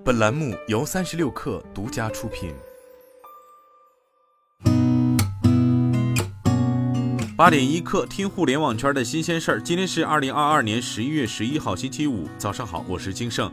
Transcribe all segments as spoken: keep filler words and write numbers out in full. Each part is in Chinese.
本栏目由三十六氪独家出品。八点一刻，听互联网圈的新鲜事儿。今天是二零二二年十一月十一号，星期五，早上好，我是金盛。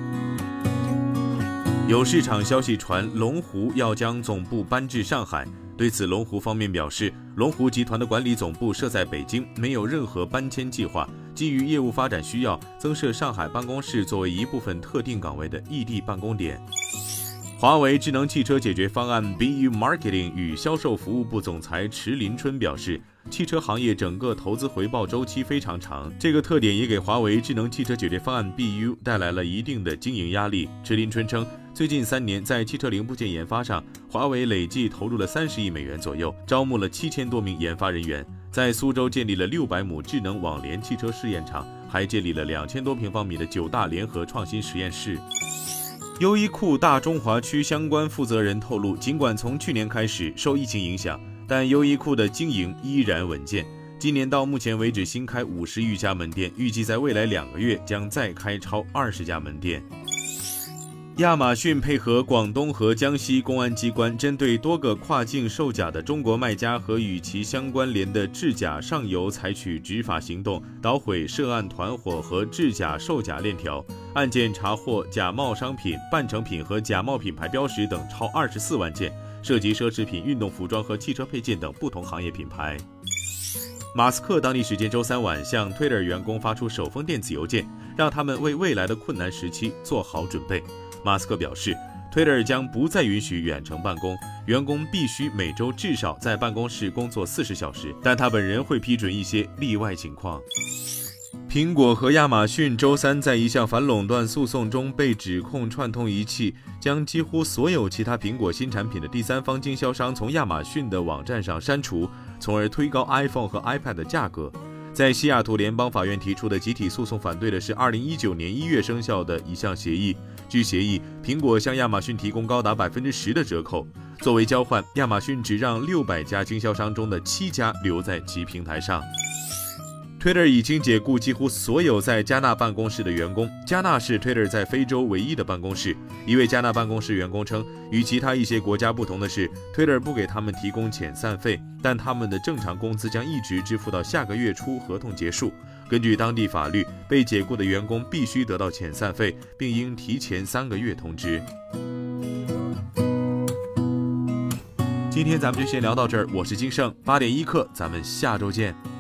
有市场消息传，龙湖要将总部搬至上海。对此，龙湖方面表示，龙湖集团的管理总部设在北京，没有任何搬迁计划。基于业务发展需要，增设上海办公室作为一部分特定岗位的异地办公点。华为智能汽车解决方案 B U Marketing 与销售服务部总裁池林春表示，汽车行业整个投资回报周期非常长，这个特点也给华为智能汽车解决方案 B U 带来了一定的经营压力。池林春称，最近三年在汽车零部件研发上，华为累计投入了三十亿美元左右，招募了七千多名研发人员，在苏州建立了六百亩智能网联汽车试验场，还建立了两千多平方米的九大联合创新实验室。优衣库大中华区相关负责人透露，尽管从去年开始受疫情影响，但优衣库的经营依然稳健。今年到目前为止新开五十余家门店，预计在未来两个月将再开超二十家门店。亚马逊配合广东和江西公安机关，针对多个跨境售假的中国卖家和与其相关联的制假上游采取执法行动，捣毁涉案团伙和制假售假链条。案件查获假冒商品、半成品和假冒品牌标识等超二十四万件，涉及奢侈品、运动服装和汽车配件等不同行业品牌。马斯克当地时间周三晚向 Twitter 员工发出首封电子邮件，让他们为未来的困难时期做好准备。马斯克表示 ，Twitter 将不再允许远程办公，员工必须每周至少在办公室工作四十小时，但他本人会批准一些例外情况。苹果和亚马逊周三在一项反垄断诉讼中被指控串通一气，将几乎所有其他苹果新产品的第三方经销商从亚马逊的网站上删除，从而推高 iPhone 和 iPad 的价格。在西雅图联邦法院提出的集体诉讼反对的是二零一九年一月生效的一项协议。据协议，苹果向亚马逊提供高达 百分之十 的折扣，作为交换，亚马逊只让六百家经销商中的七家留在其平台上。Twitter 已经解雇几乎所有在加纳办公室的员工。加纳是 Twitter 在非洲唯一的办公室。一位加纳办公室员工称，与其他一些国家不同的是 ，Twitter 不给他们提供遣散费，但他们的正常工资将一直支付到下个月初合同结束。根据当地法律，被解雇的员工必须得到遣散费，并应提前三个月通知。今天咱们就先聊到这儿，我是金盛，八点一刻，咱们下周见。